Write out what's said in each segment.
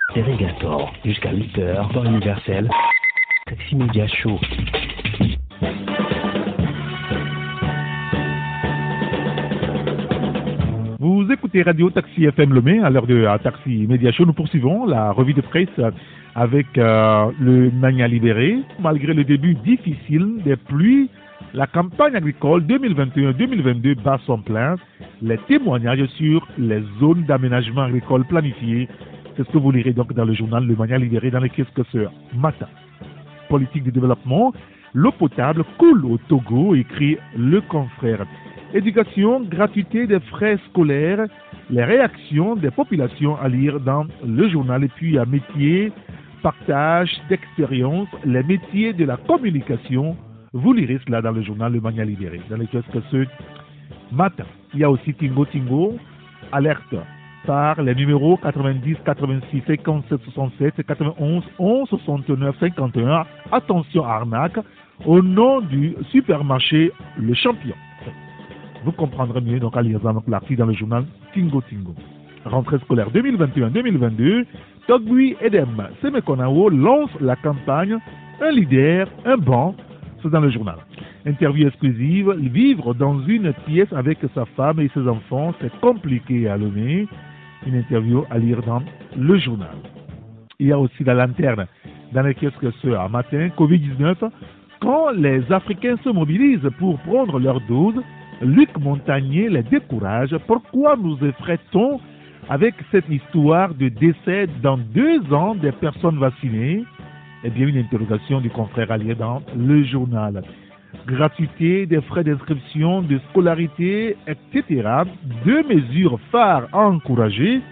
Irrigator, jusqu'à 8h, temps universel. Taxi Média Show. Vous écoutez Radio Taxi FM Lomé. À l'heure de Taxi Média Show, nous poursuivons la revue de presse avec le Mania Libéré. Malgré le début difficile des pluies, la campagne agricole 2021-2022 bat son plein. Les témoignages sur les zones d'aménagement agricole planifiées, c'est ce que vous lirez donc dans le journal Le Mania Libéré dans les kiosques ce matin. Politique de développement, l'eau potable coule au Togo, écrit le confrère. Éducation, gratuité des frais scolaires, les réactions des populations à lire dans le journal. Et puis à métier, partage d'expérience, les métiers de la communication. Vous lirez cela dans le journal Le Mania Libéré, dans les kiosques ce matin. Il y a aussi Tingo Tingo, alerte par les numéros 90 86 57 67 91 11 69 51. Attention arnaque, au nom du supermarché Le Champion. Vous comprendrez mieux donc à lire l'article dans le journal Tingo Tingo. Rentrée scolaire 2021-2022, Togui Edem Semekonao lance la campagne Un leader, un banc. C'est dans le journal. Interview exclusive, vivre dans une pièce avec sa femme et ses enfants, c'est compliqué à Lomé. Une interview à lire dans le journal. Il y a aussi la lanterne dans les kiosques ce matin, Covid-19. Quand les Africains se mobilisent pour prendre leur dose, Luc Montagnier les décourage. Pourquoi nous effraie-t-on avec cette histoire de décès dans 2 ans des personnes vaccinées? Eh bien, une interrogation du confrère allié dans le journal. Gratuité des frais d'inscription, de scolarité, etc. 2 mesures phares à encourager.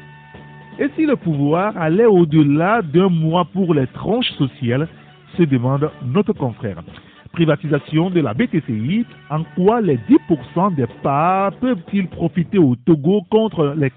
Et si le pouvoir allait au-delà d'1 mois pour les tranches sociales, se demande notre confrère. Privatisation de la BTCI, en quoi les 10% des parts peuvent-ils profiter au Togo contre les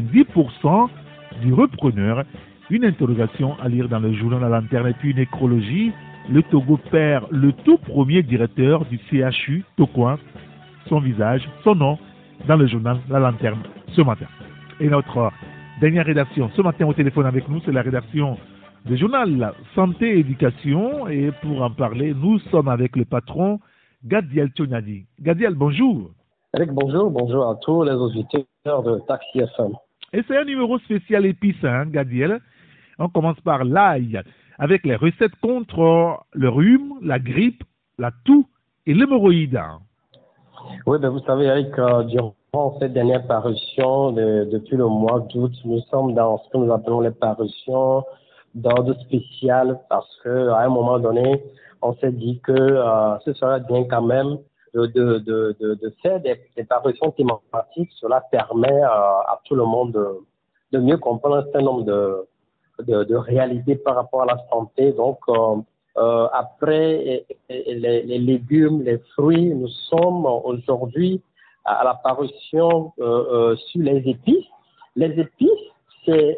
90% du repreneur? Une interrogation à lire dans le journal La Lanterne. Et puis une écologie, le Togo perd le tout premier directeur du CHU Tokoin, son visage, son nom, dans le journal La Lanterne ce matin. Et notre dernière rédaction ce matin au téléphone avec nous, c'est la rédaction du journal Santé et Éducation. Et pour en parler, nous sommes avec le patron Gadiel Tionadi. Gadiel, bonjour. Eric, bonjour. Bonjour à tous les auditeurs de Taxi FM. Et c'est un numéro spécial épice, hein, Gadiel. On commence par l'ail, avec les recettes contre le rhume, la grippe, la toux et l'hémorroïde. Oui, vous savez, Eric, durant cette dernière parution, depuis le mois d'août, nous sommes dans ce que nous appelons les parutions d'ordre spécial parce qu'à un moment donné, on s'est dit que ce serait bien quand même de faire des parutions thématiques. Cela permet à tout le monde de mieux comprendre un certain nombre de réalités par rapport à la santé. Donc, après les légumes, les fruits, nous sommes aujourd'hui à la parution sur les épices. Les épices, c'est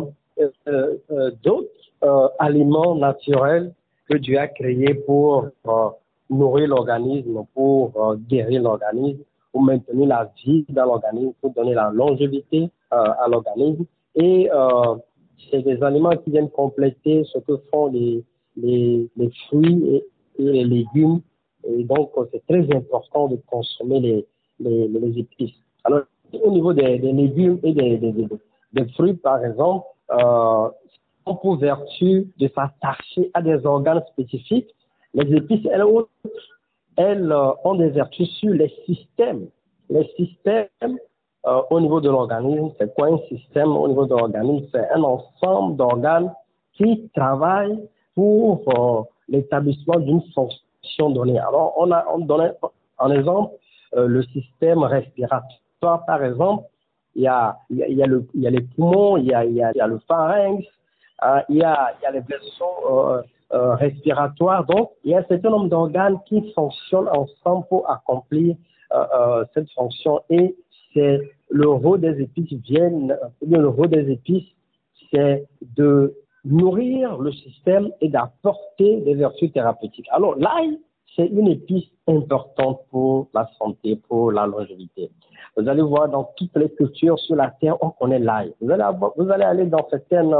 d'autres aliments naturels que Dieu a créés pour nourrir l'organisme, pour guérir l'organisme, pour maintenir la vie dans l'organisme, pour donner la longévité à l'organisme. Et c'est des aliments qui viennent compléter ce que font les fruits et les légumes. Et donc, c'est très important de consommer les épices. Alors, au niveau des légumes et des fruits, par exemple, ont pour vertu de s'attacher à des organes spécifiques. Les épices, elles ont des vertus sur les systèmes. Les systèmes au niveau de l'organisme, c'est quoi un système au niveau de l'organisme? C'est un ensemble d'organes qui travaillent pour l'établissement d'une fonction donnée. Alors, on donne en exemple le système respiratoire, par exemple. Il y a les poumons, il y a le pharynx, il y a les vaisseaux respiratoires. Donc, il y a un certain nombre d'organes qui fonctionnent ensemble pour accomplir cette fonction. Et c'est le rôle des épices le rôle des épices, c'est de nourrir le système et d'apporter des vertus thérapeutiques. Alors, l'ail, c'est une épice importante pour la santé, pour la longévité. Vous allez voir dans toutes les cultures sur la terre, on connaît l'ail. Vous allez aller dans certaines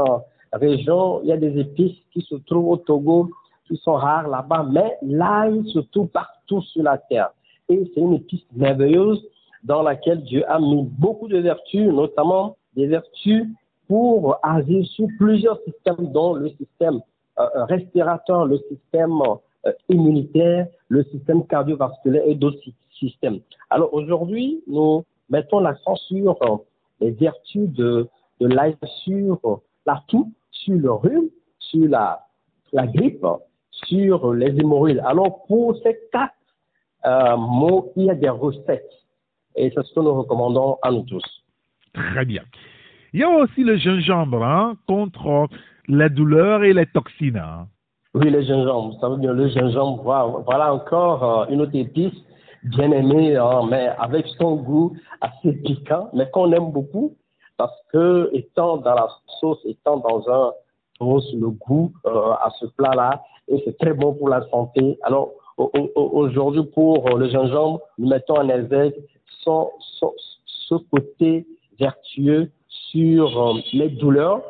régions, il y a des épices qui se trouvent au Togo, qui sont rares là-bas, mais l'ail se trouve partout sur la terre. Et c'est une épice merveilleuse dans laquelle Dieu a mis beaucoup de vertus, notamment des vertus pour agir sur plusieurs systèmes, dont le système respiratoire, le système immunitaire, le système cardiovasculaire et d'autres systèmes. Alors aujourd'hui, nous mettons l'accent sur les vertus de l'ail, sur la toux, sur le rhume, sur la grippe, sur les hémorroïdes. Alors pour ces 4 mots, il y a des recettes. Et c'est ce que nous recommandons à nous tous. Très bien. Il y a aussi le gingembre contre la douleur et les toxines. Oui, le gingembre. Vous savez bien, le gingembre, voilà encore une autre épice bien aimée, mais avec son goût assez piquant, mais qu'on aime beaucoup parce que étant dans la sauce, étant dans un sauce, le goût à ce plat-là, et c'est très bon pour la santé. Alors, aujourd'hui, pour le gingembre, nous mettons en exergue ce côté vertueux sur les douleurs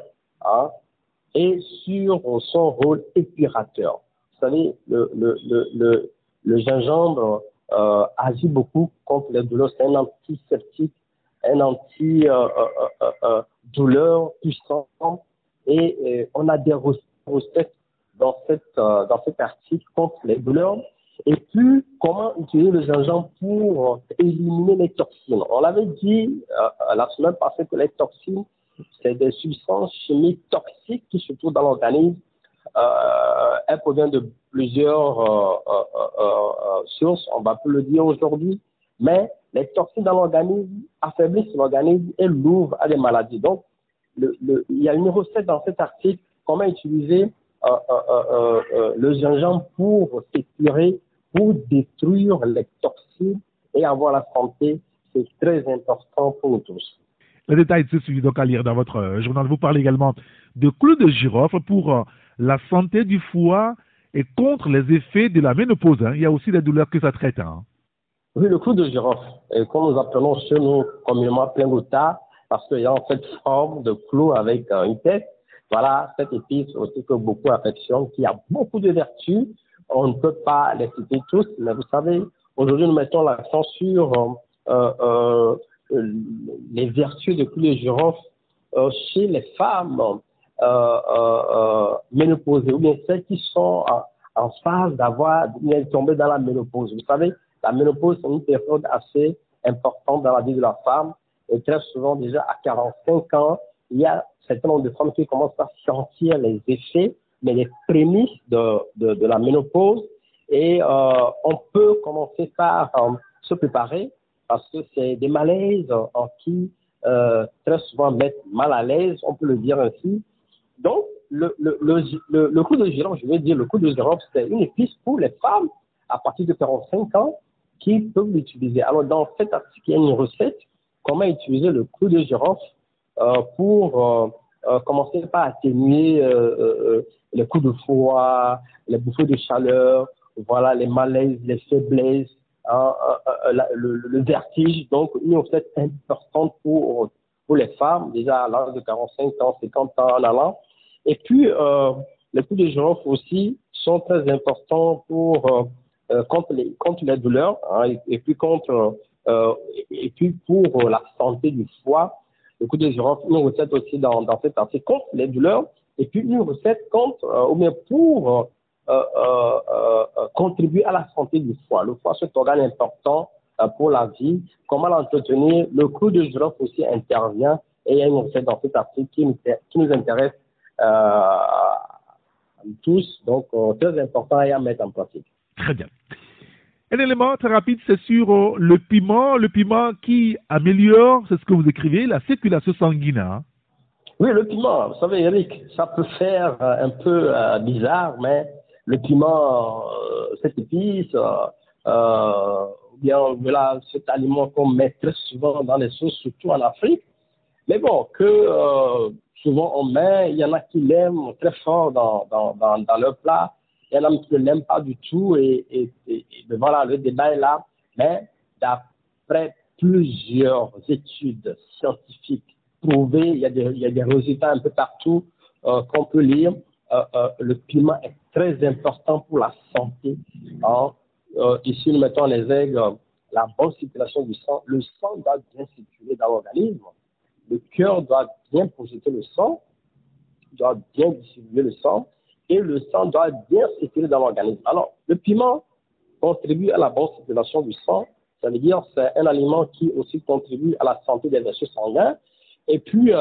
et sur son rôle épurateur. Vous savez, le gingembre agit beaucoup contre les douleurs. C'est un antiseptique, un anti-douleur puissant. Et on a des recettes dans cet article contre les douleurs. Et puis, comment utiliser le gingembre pour éliminer les toxines. On l'avait dit la semaine passée que les toxines, c'est des substances chimiques toxiques qui se trouvent dans l'organisme. Elles proviennent de plusieurs sources, on va plus le dire aujourd'hui, mais les toxines dans l'organisme affaiblissent l'organisme et l'ouvrent à des maladies. Donc, il y a une recette dans cet article, comment utiliser le gingembre pour s'épurer, pour détruire les toxines et avoir la santé. C'est très important pour nous tous. Le détail se suit donc à lire dans votre journal. Vous parlez également de clous de girofle pour la santé du foie et contre les effets de la ménopause. Il y a aussi des douleurs que ça traite. Oui, le clou de girofle, comme nous appelons chez nous communément plingota, parce qu'il y a en fait forme de clou avec une tête. Voilà, cette épice aussi que beaucoup affectionnent, qui a beaucoup de vertus. On ne peut pas les citer tous, mais vous savez, aujourd'hui nous mettons l'accent sur les vertus de clou de girofle chez les femmes ménopausées, ou bien celles qui sont en phase de tomber dans la ménopause. Vous savez, la ménopause, c'est une période assez importante dans la vie de la femme. Et très souvent, déjà à 45 ans, il y a un certain nombre de femmes qui commencent à sentir les effets, mais les prémices de la ménopause. Et on peut commencer par se préparer parce que c'est des malaises qui très souvent mettent mal à l'aise, on peut le dire ainsi. Donc, le clou de girofle, je vais dire, le clou de girofle, c'est une épice pour les femmes à partir de 45 ans qui peuvent l'utiliser. Alors, dans cet article, il y a une recette, comment utiliser le clou de girofle pour commencer par atténuer les coups de froid, les bouffées de chaleur, voilà, les malaises, les faiblesses, le vertige. Donc, une recette importante pour les femmes, déjà à l'âge de 45 ans, 50 ans en allant. Et puis, les coups de girofle aussi sont très importants pour contre les douleurs, et puis pour la santé du foie. Le coup de girofle, une recette aussi dans cet article contre les douleurs, et puis une recette ou bien pour contribuer à la santé du foie. Le foie, c'est un organe important pour la vie. Comment l'entretenir? Le clou de girofle aussi intervient, et il y a une recette dans cet article qui nous intéresse tous, donc très important à mettre en pratique. Très bien. Un élément très rapide, c'est sur le piment qui améliore, c'est ce que vous écrivez, la circulation sanguine. Oui, le piment, vous savez, Eric, ça peut faire un peu bizarre, mais le piment, cette épice, bien voilà, cet aliment qu'on met très souvent dans les sauces, surtout en Afrique. Mais bon, que souvent on met, il y en a qui l'aiment très fort dans leur plat. Il y en a qui ne l'aiment pas du tout et voilà, le débat est là. Mais d'après plusieurs études scientifiques prouvées, il y a des résultats un peu partout qu'on peut lire, le piment est très important pour la santé. Ici, nous mettons en exergue la bonne circulation du sang. Le sang doit bien circuler dans l'organisme. Le cœur doit bien projeter le sang, doit bien distribuer le sang, et le sang doit bien circuler dans l'organisme. Alors, le piment contribue à la bonne circulation du sang. Ça veut dire que c'est un aliment qui aussi contribue à la santé des vaisseaux sanguins. Et puis,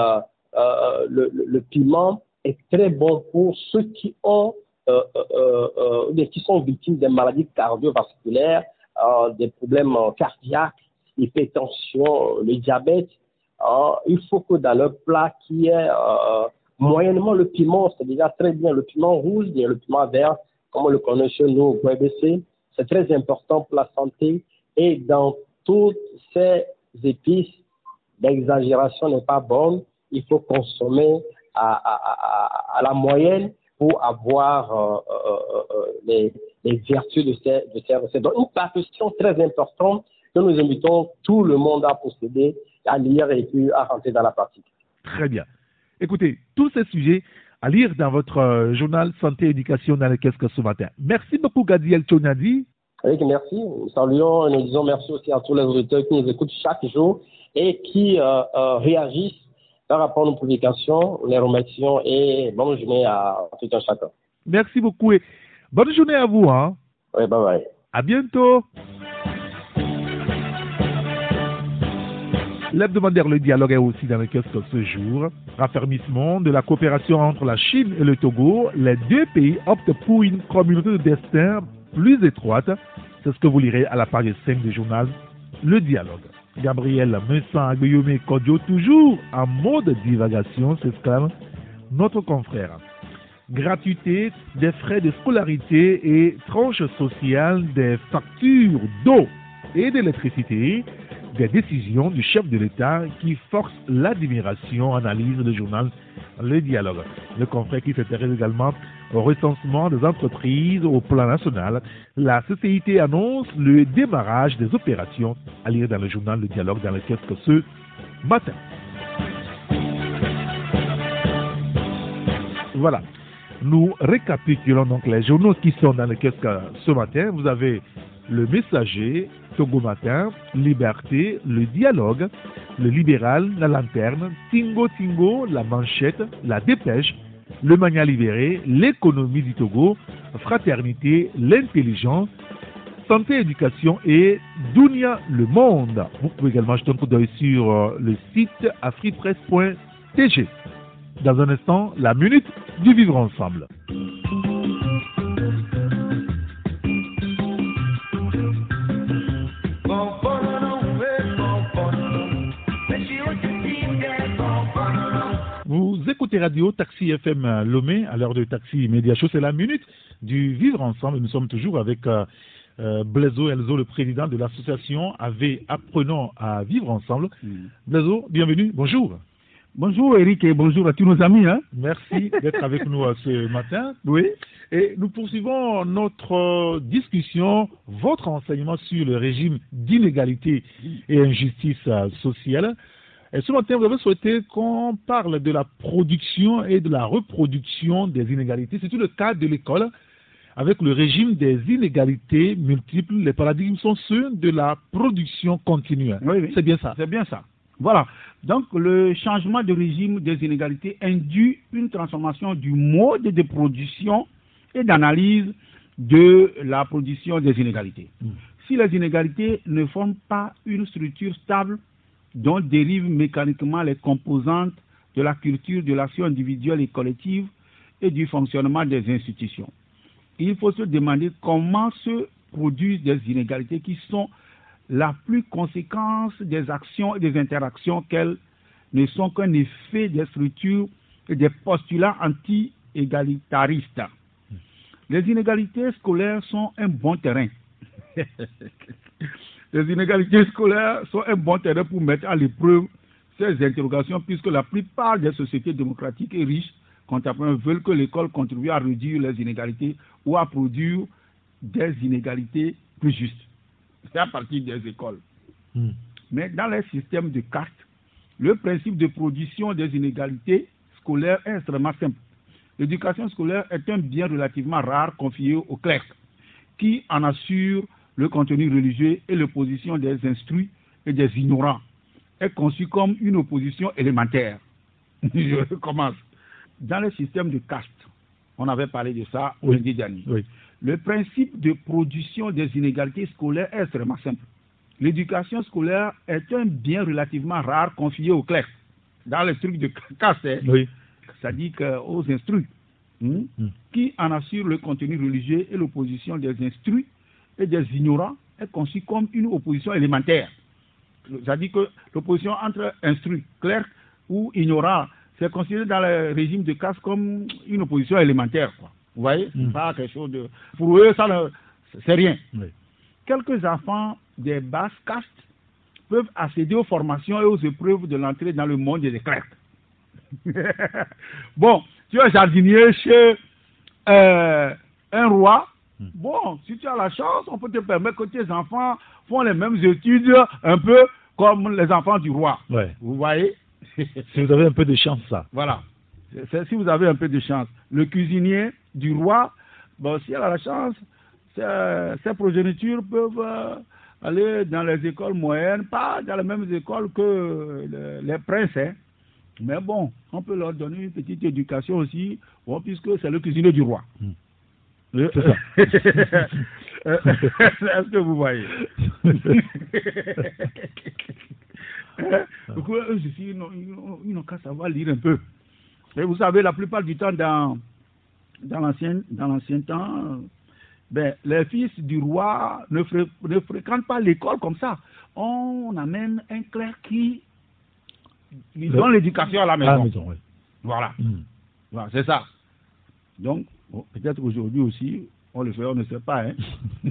le piment est très bon pour ceux qui ont qui sont victimes des maladies cardiovasculaires, des problèmes cardiaques, l'hypertension, le diabète. Il faut que dans le plat qui est moyennement le piment, c'est déjà très bien. Le piment rouge et le piment vert, comme on le connaît chez nous au PBC, c'est très important pour la santé. Et dans toutes ces épices, l'exagération n'est pas bonne. Il faut consommer à la moyenne pour avoir les vertus de ces recettes. Donc, une partition très importante que nous invitons tout le monde à posséder, à lire et puis à rentrer dans la pratique. Très bien. Écoutez, tous ces sujets à lire dans votre journal Santé et Éducation dans le Qu'est-ce que ce matin. Merci beaucoup, Gadiel Tchonadi. Oui, merci. Nous saluons et nous disons merci aussi à tous les auditeurs qui nous écoutent chaque jour et qui réagissent par rapport à nos publications. Les remercions et bonne journée à tout un chacun. Merci beaucoup et bonne journée à vous. Hein. Oui, bye bye. À bientôt. L'hebdomadaire Le Dialogue est aussi dans le kiosque ce jour. Raffermissement de la coopération entre la Chine et le Togo. Les deux pays optent pour une communauté de destin plus étroite. C'est ce que vous lirez à la page 5 du journal Le Dialogue. Gabriel Mensah Agbeyome Kodio, toujours en mode divagation, s'exclame notre confrère. Gratuité des frais de scolarité et tranche sociale des factures d'eau et d'électricité, des décisions du chef de l'État qui forcent l'admiration, analyse le journal Le Dialogue. Le confrère qui s'intéresse également au recensement des entreprises au plan national. La CCIT annonce le démarrage des opérations à lire dans le journal Le Dialogue dans le kiosque ce matin. Voilà. Nous récapitulons donc les journaux qui sont dans le kiosque ce matin. Vous avez Le Messager, Togo Matin, Liberté, Le Dialogue, Le Libéral, La Lanterne, Tingo Tingo, La Manchette, La Dépêche, Le Mania Libéré, L'économie du Togo, Fraternité, L'intelligence, Santé et Éducation et Dunia Le Monde. Vous pouvez également jeter un coup d'œil sur le site afripresse.tg. Dans un instant, la minute du vivre ensemble. Vous écoutez Radio Taxi FM Lomé à l'heure de Taxi Média Show. C'est la minute du vivre ensemble. Nous sommes toujours avec Blaiseau Elzo, le président de l'association AV Apprenons à vivre ensemble. Blaiseau, bienvenue. Bonjour. Bonjour Eric et bonjour à tous nos amis. Merci d'être avec nous ce matin. Oui. Et nous poursuivons notre discussion, votre enseignement sur le régime d'inégalité et injustice sociale. Et ce matin, vous avez souhaité qu'on parle de la production et de la reproduction des inégalités. C'est tout le cadre de l'école. Avec le régime des inégalités multiples, les paradigmes sont ceux de la production continue. Oui. C'est bien ça. C'est bien ça. Voilà. Donc, le changement de régime des inégalités induit une transformation du mode de production et d'analyse de la production des inégalités. Si les inégalités ne forment pas une structure stable dont dérivent mécaniquement les composantes de la culture de l'action individuelle et collective et du fonctionnement des institutions, il faut se demander comment se produisent des inégalités qui sont la plus conséquence des actions et des interactions qu'elles ne sont qu'un effet des structures et des postulats anti-égalitaristes. Les inégalités scolaires sont un bon terrain. Les inégalités scolaires sont un bon terrain pour mettre à l'épreuve ces interrogations, puisque la plupart des sociétés démocratiques et riches contemporaines veulent que l'école contribue à réduire les inégalités ou à produire des inégalités plus justes. C'est à partir des écoles. Mais dans les systèmes de cartes, le principe de production des inégalités scolaire est extrêmement simple. L'éducation scolaire est un bien relativement rare confié aux clercs, qui en assurent le contenu religieux et l'opposition des instruits et des ignorants. Est conçue comme une opposition élémentaire. Je commence. Dans le système de caste, on avait parlé de ça lundi dernier. Oui. Le principe de production des inégalités scolaires est extrêmement simple. L'éducation scolaire est un bien relativement rare confié aux clercs. Dans les trucs de caste, Oui. ça dit qu'aux instruits, qui en assurent le contenu religieux et l'opposition des instruits et des ignorants est conçue comme une opposition élémentaire. Ça dit que l'opposition entre instruits, clercs ou ignorants, c'est considéré dans le régime de caste comme une opposition élémentaire, quoi. Vous voyez, c'est pas quelque chose de... Pour eux, ça, c'est rien. Oui. Quelques enfants des basses castes peuvent accéder aux formations et aux épreuves de l'entrée dans le monde des clercs. Bon, tu es jardinier chez un roi. Bon, si tu as la chance, on peut te permettre que tes enfants font les mêmes études un peu comme les enfants du roi. Ouais. Vous voyez? Si vous avez un peu de chance, ça. Voilà. Si vous avez un peu de chance. Le cuisinier du roi, bon, s'il a la chance, ses progénitures peuvent aller dans les écoles moyennes, pas dans les mêmes écoles que les princes, hein. Mais bon, on peut leur donner une petite éducation aussi, bon, puisque c'est le cuisinier du roi. C'est ça. Est-ce que vous voyez? Donc, eux aussi, ils n'ont qu'à savoir lire un peu. Et vous savez, la plupart du temps, dans l'ancien temps, ben, les fils du roi ne fréquentent pas l'école comme ça. On amène un clerc qui donne l'éducation à la maison. À la maison, oui. Voilà. Voilà, c'est ça. Donc, bon, peut-être aujourd'hui aussi, on le fait, on ne sait pas. Hein.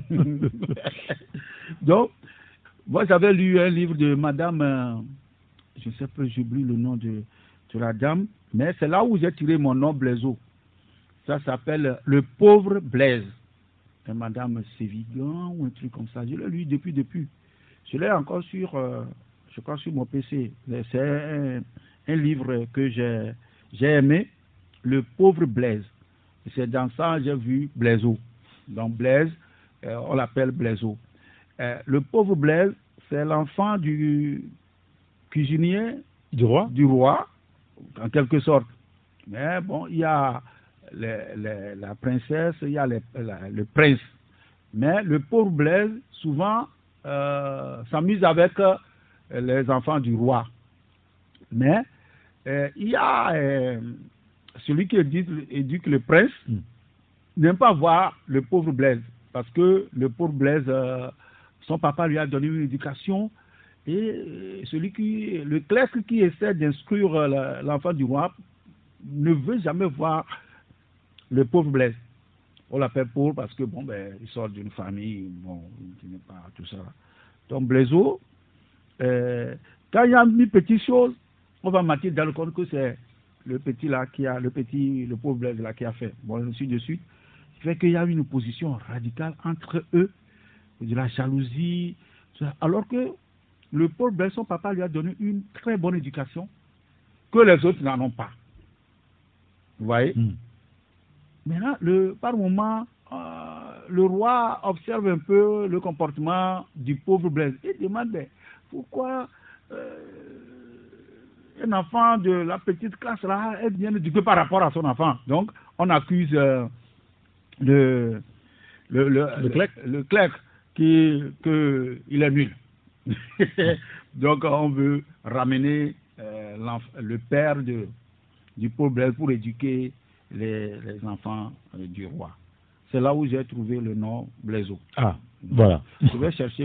Donc, moi, j'avais lu un livre de madame, je ne sais pas, j'oublie le nom de la dame, mais c'est là où j'ai tiré mon nom Blaiseau. Ça s'appelle Le pauvre Blaise. C'est madame Sévigan ou un truc comme ça. Je l'ai lu depuis. Je l'ai encore sur, je crois, sur mon PC. C'est un livre que j'ai aimé, Le pauvre Blaise. C'est dans ça que j'ai vu Blaiseau. Donc Blaise, on l'appelle Blaiseau. Le pauvre Blaise, c'est l'enfant du cuisinier Du roi, en quelque sorte. Mais bon, il y a la princesse, il y a le prince. Mais le pauvre Blaise, souvent, s'amuse avec les enfants du roi. Mais il y a celui qui éduque le prince, n'aime pas voir le pauvre Blaise. Parce que le pauvre Blaise, son papa lui a donné une éducation. Et le clerc qui essaie d'instruire l'enfant du roi ne veut jamais voir le pauvre Blaise. On l'appelle pauvre parce que bon, ben, il sort d'une famille, bon, il n'est pas tout ça. Donc Blaiseau, quand il y a une petite chose, on va mettre dans le compte que c'est le petit là le pauvre Blaise là qui a fait. Bon, ainsi de suite. Ça fait qu'il y a une opposition radicale entre eux, de la jalousie, alors que le pauvre Blaise, son papa lui a donné une très bonne éducation que les autres n'en ont pas. Vous voyez? Maintenant, par moment, le roi observe un peu le comportement du pauvre Blaise et demande pourquoi un enfant de la petite classe là est bien éduqué par rapport à son enfant. Donc, on accuse le clerc qu'il est nul. Donc, on veut ramener le père du pauvre Blaise pour éduquer les enfants du roi. C'est là où j'ai trouvé le nom Blaiseau. Ah, voilà. Je vais chercher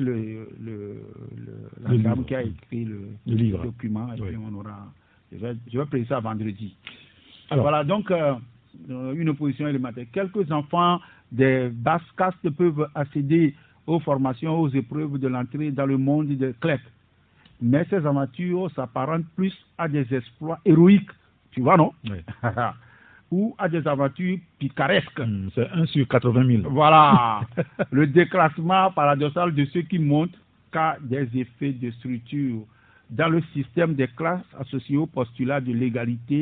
la dame qui a écrit le livre. Document et puis on aura. Je vais présenter ça vendredi. Alors, voilà, donc une opposition élémentaire. Quelques enfants des basses castes peuvent accéder aux formations, aux épreuves de l'entrée dans le monde des clercs. Mais ces aventures s'apparentent plus à des exploits héroïques, tu vois, non? Oui. Ou à des aventures picaresques. C'est 1 sur 80 000. Voilà. Le déclassement paradoxal de ceux qui montrent qu'à des effets de structure dans le système des classes associés au postulat de l'égalité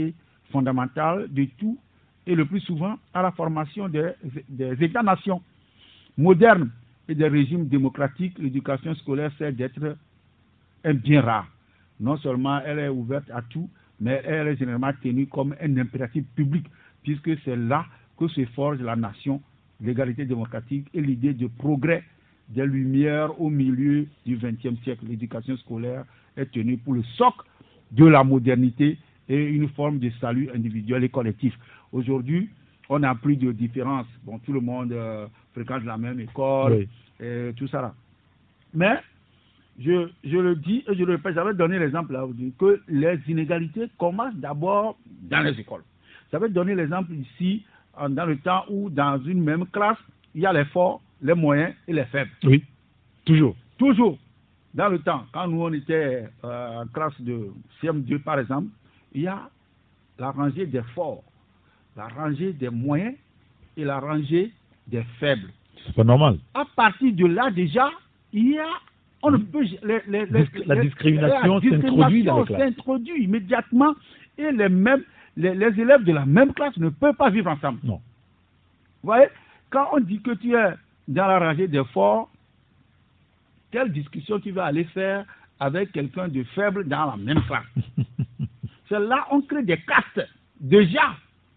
fondamentale de tout et le plus souvent à la formation des États-nations modernes et des régimes démocratiques. L'éducation scolaire sert d'être un bien rare. Non seulement elle est ouverte à tout, mais elle est généralement tenue comme un impératif public, puisque c'est là que se forge la nation, l'égalité démocratique et l'idée de progrès des Lumières au milieu du XXe siècle. L'éducation scolaire est tenue pour le socle de la modernité et une forme de salut individuel et collectif. Aujourd'hui, on n'a plus de différence. Bon, tout le monde fréquente la même école, Oui. et tout ça là. Mais, je le dis et je le répète, j'avais donné l'exemple là, que les inégalités commencent d'abord dans les écoles. J'avais donné l'exemple ici, dans le temps où dans une même classe, il y a les forts, les moyens et les faibles. Oui, toujours. Toujours, dans le temps, quand nous on était en classe de CM2 par exemple, il y a la rangée des forts, la rangée des moyens et la rangée des faibles. C'est pas normal. À partir de là déjà, il y a, on ne peut, La discrimination s'introduit dans les classes. s'introduit immédiatement et les élèves de la même classe ne peuvent pas vivre ensemble. Non. Vous voyez, quand on dit que tu es dans la rangée des forts, quelle discussion tu vas aller faire avec quelqu'un de faible dans la même classe? C'est là on crée des castes, déjà.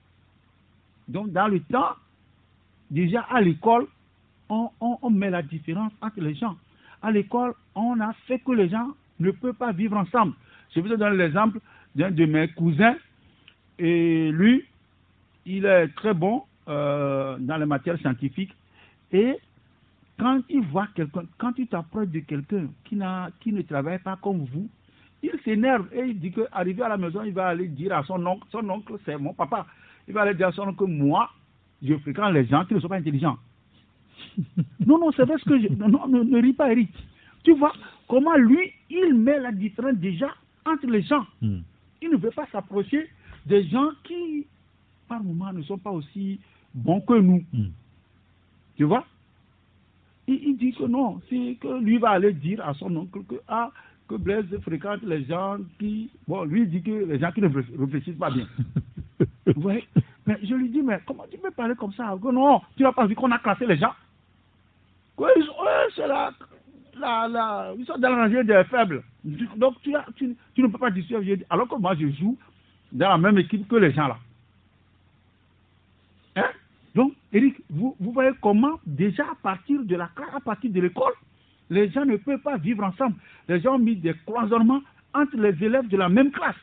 Donc, dans le temps, déjà à l'école, on met la différence entre les gens. À l'école, on a fait que les gens ne peuvent pas vivre ensemble. Je vais vous donner l'exemple d'un de mes cousins. Et lui, il est très bon dans les matières scientifiques. Et quand il voit quelqu'un, quand tu t'approches de quelqu'un qui ne travaille pas comme vous, il s'énerve et il dit qu'arrivé à la maison, il va aller dire à son oncle, c'est mon papa, il va aller dire à son oncle que moi, je fréquente les gens qui ne sont pas intelligents. Non, c'est vrai ce que je... Non, ne ris pas, Eric. Tu vois comment lui, il met la différence déjà entre les gens. Il ne veut pas s'approcher des gens qui, par moments, ne sont pas aussi bons que nous. Tu vois? Il dit que non, c'est que lui va aller dire à son oncle que Blaise fréquente les gens qui... Bon, lui il dit que les gens qui ne réfléchissent pas bien. Vous voyez? Mais je lui dis, mais comment tu peux parler comme ça? Que non, tu n'as pas vu qu'on a classé les gens? Oui, c'est ils sont dans la rangée des faibles. Donc tu ne peux pas discuter. Alors que moi je joue dans la même équipe que les gens là. Hein? Donc, Eric, vous voyez comment déjà à partir de la classe, à partir de l'école, les gens ne peuvent pas vivre ensemble. Les gens ont mis des cloisonnements entre les élèves de la même classe.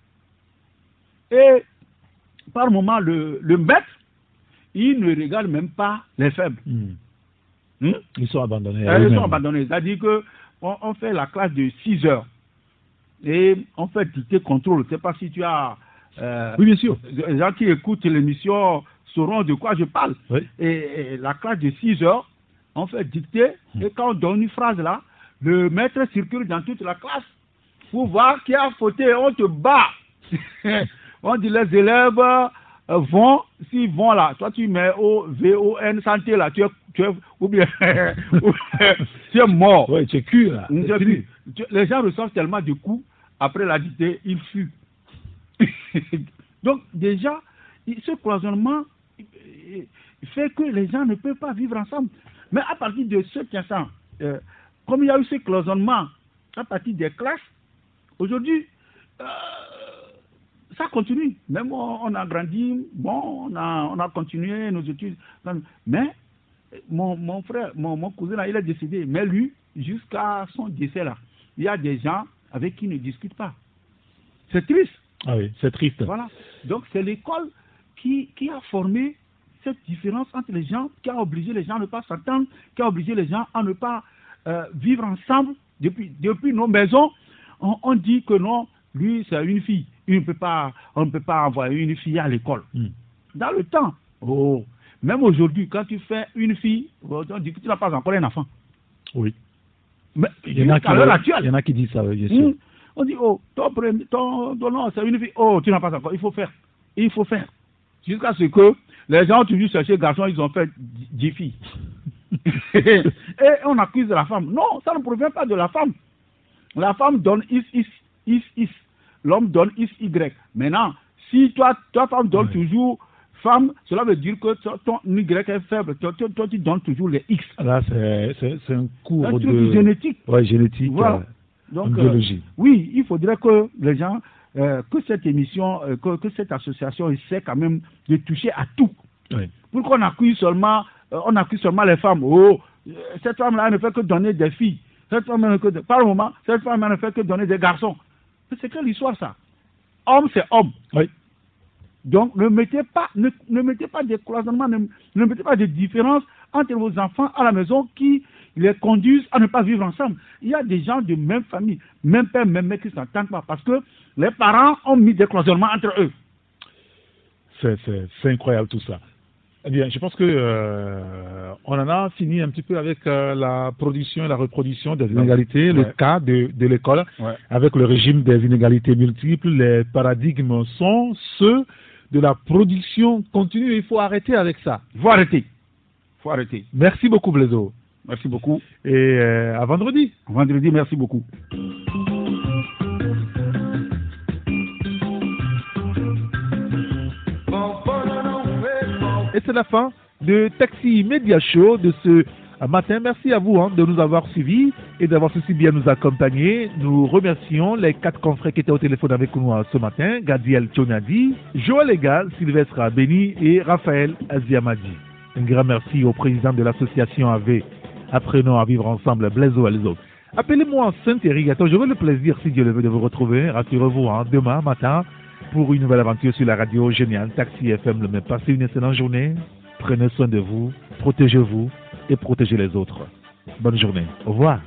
Et par moment, le maître, il ne regarde même pas les faibles. Ils sont abandonnés. Ils sont abandonnés. C'est-à-dire qu'on fait la classe de 6 heures. Et on fait dictée contrôle. Je ne sais pas si tu as... oui, bien sûr. Les gens qui écoutent l'émission sauront de quoi je parle. Oui. Et la classe de 6 heures, on fait dictée. Et quand on donne une phrase là, le maître circule dans toute la classe pour voir qui a fauté. On te bat. On dit les élèves vont, s'ils vont là, toi tu mets O-V-O-N santé là, tu es ou bien tu es mort. Oui, tu es cuit là. Les gens reçoivent tellement de coups, après la dictée, ils fuient. Donc déjà, ce cloisonnement fait que les gens ne peuvent pas vivre ensemble. Mais à partir de ce instant, comme il y a eu ce cloisonnement à partir des classes, aujourd'hui, ça continue. Même on a grandi, bon, on a continué nos études. Mais mon frère, mon cousin là, il est décédé. Mais lui, jusqu'à son décès là, il y a des gens avec qui il ne discute pas. C'est triste. Ah oui, c'est triste. Voilà. Donc c'est l'école qui a formé cette différence entre les gens, qui a obligé les gens à ne pas s'entendre, qui a obligé les gens à ne pas vivre ensemble. Depuis nos maisons, on dit que non, lui c'est une fille. On ne peut pas envoyer une fille à l'école. Dans le temps, même aujourd'hui, quand tu fais une fille, on dit que tu n'as pas encore un enfant. Oui. Mais il y en a qui disent ça, bien sûr. On dit, ton nom, c'est une fille. Oh, tu n'as pas encore. Il faut faire. Jusqu'à ce que les gens ont toujours cherché garçon, ils ont fait 10 filles. Et on accuse la femme. Non, ça ne provient pas de la femme. La femme donne is. L'homme donne is, y. Maintenant, Si toi femme, donne toujours femme, cela veut dire que ton Y est faible. Toi, tu donnes toujours les X. Là, c'est un cours un truc génétique. Ouais, génétique. Voilà. Donc, biologie. Oui, il faudrait que les gens, que cette émission, que cette association essaie quand même de toucher à tout. Oui. Pour qu'on accuse seulement, les femmes. Oh, cette femme-là ne fait que donner des filles. Cette femme par le moment, cette femme ne fait que donner des garçons. C'est quelle histoire ça? Homme, c'est homme. Oui. Donc, ne mettez pas de cloisonnement, ne mettez pas de différence entre vos enfants à la maison qui les conduisent à ne pas vivre ensemble. Il y a des gens de même famille, même père, même mère qui ne s'entendent pas parce que les parents ont mis des cloisonnements entre eux. C'est incroyable tout ça. Eh bien, je pense que on en a fini un petit peu avec la production et la reproduction des inégalités, le cas de l'école, avec le régime des inégalités multiples. Les paradigmes sont ceux de la production continue. Il faut arrêter avec ça. Il faut arrêter. Merci beaucoup, Blaiseau. Merci beaucoup. Et à vendredi. Vendredi, merci beaucoup. Et c'est la fin de Taxi Media Show de ce matin. Merci à vous de nous avoir suivis et d'avoir ceci bien nous accompagner. Nous remercions les 4 confrères qui étaient au téléphone avec nous ce matin. Gadiel Tchonadi, Joël Egal, Sylvestre Abeni et Raphaël Aziamadi. Un grand merci au président de l'association AV Apprenons à vivre ensemble, Blaiseau Elzo. Appelez-moi Saint-Irrigateur, j'aurai le plaisir, si Dieu le veut, de vous retrouver. Rassurez-vous, demain matin, pour une nouvelle aventure sur la radio géniale Taxi FM. Mais passez une excellente journée, prenez soin de vous, protégez-vous et protégez les autres. Bonne journée, au revoir.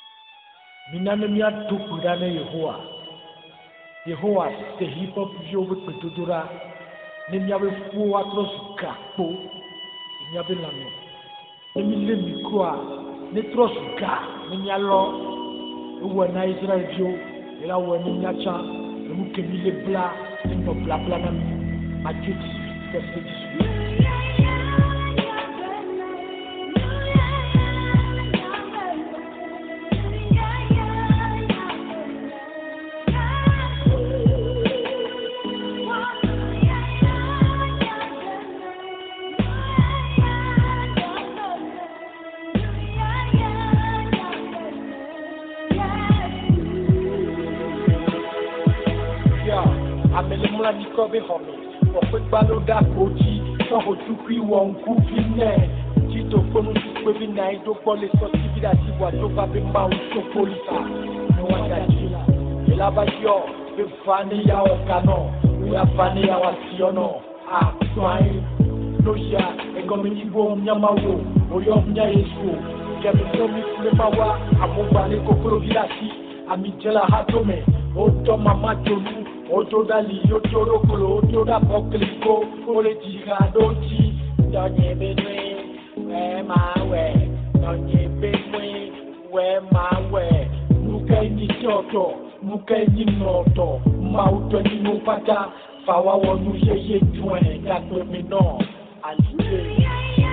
Kobe homi, okwe baloda koji, soho tukwi wonku vine. Tito konu tukwe na ido pole soti vida tiwa toba be ma uso polisa. No wanda jila, elaba yo, be fani ya okano, uya fani ya wasiono. Twai, no ya, egomi ibo mnyama wo, oyo mnya yesu. Kemi somi kulemawa, amobale kokoro vilasi, amijela hatome, oto mama jonu. Ojo dali, ojo rokolo, ojo da pokliko, ole jiga doji. Donye benwe, we mawe. Donye benwe, we mawe. Nuke ni toto, nuke ni noto. Mauto ni nupata, fawa wonu yeye juen, gato mino, alije.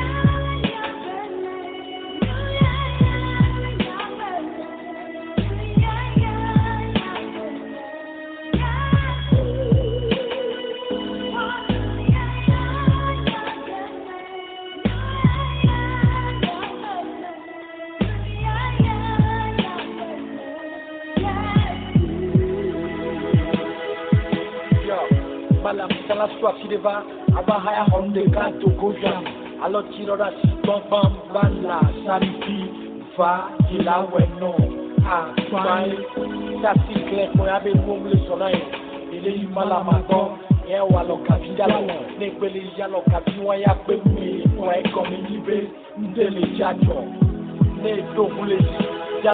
La soif qui va abahaya honde gato gojam alors tirora si bam bala santi va ila weno twai tati kle ko abe mumle sonai ile imala mago e wa lo kabida la ne gbele ya lo kabi wa ya pe mi wa e ko mi libe ndele jajo ne do mule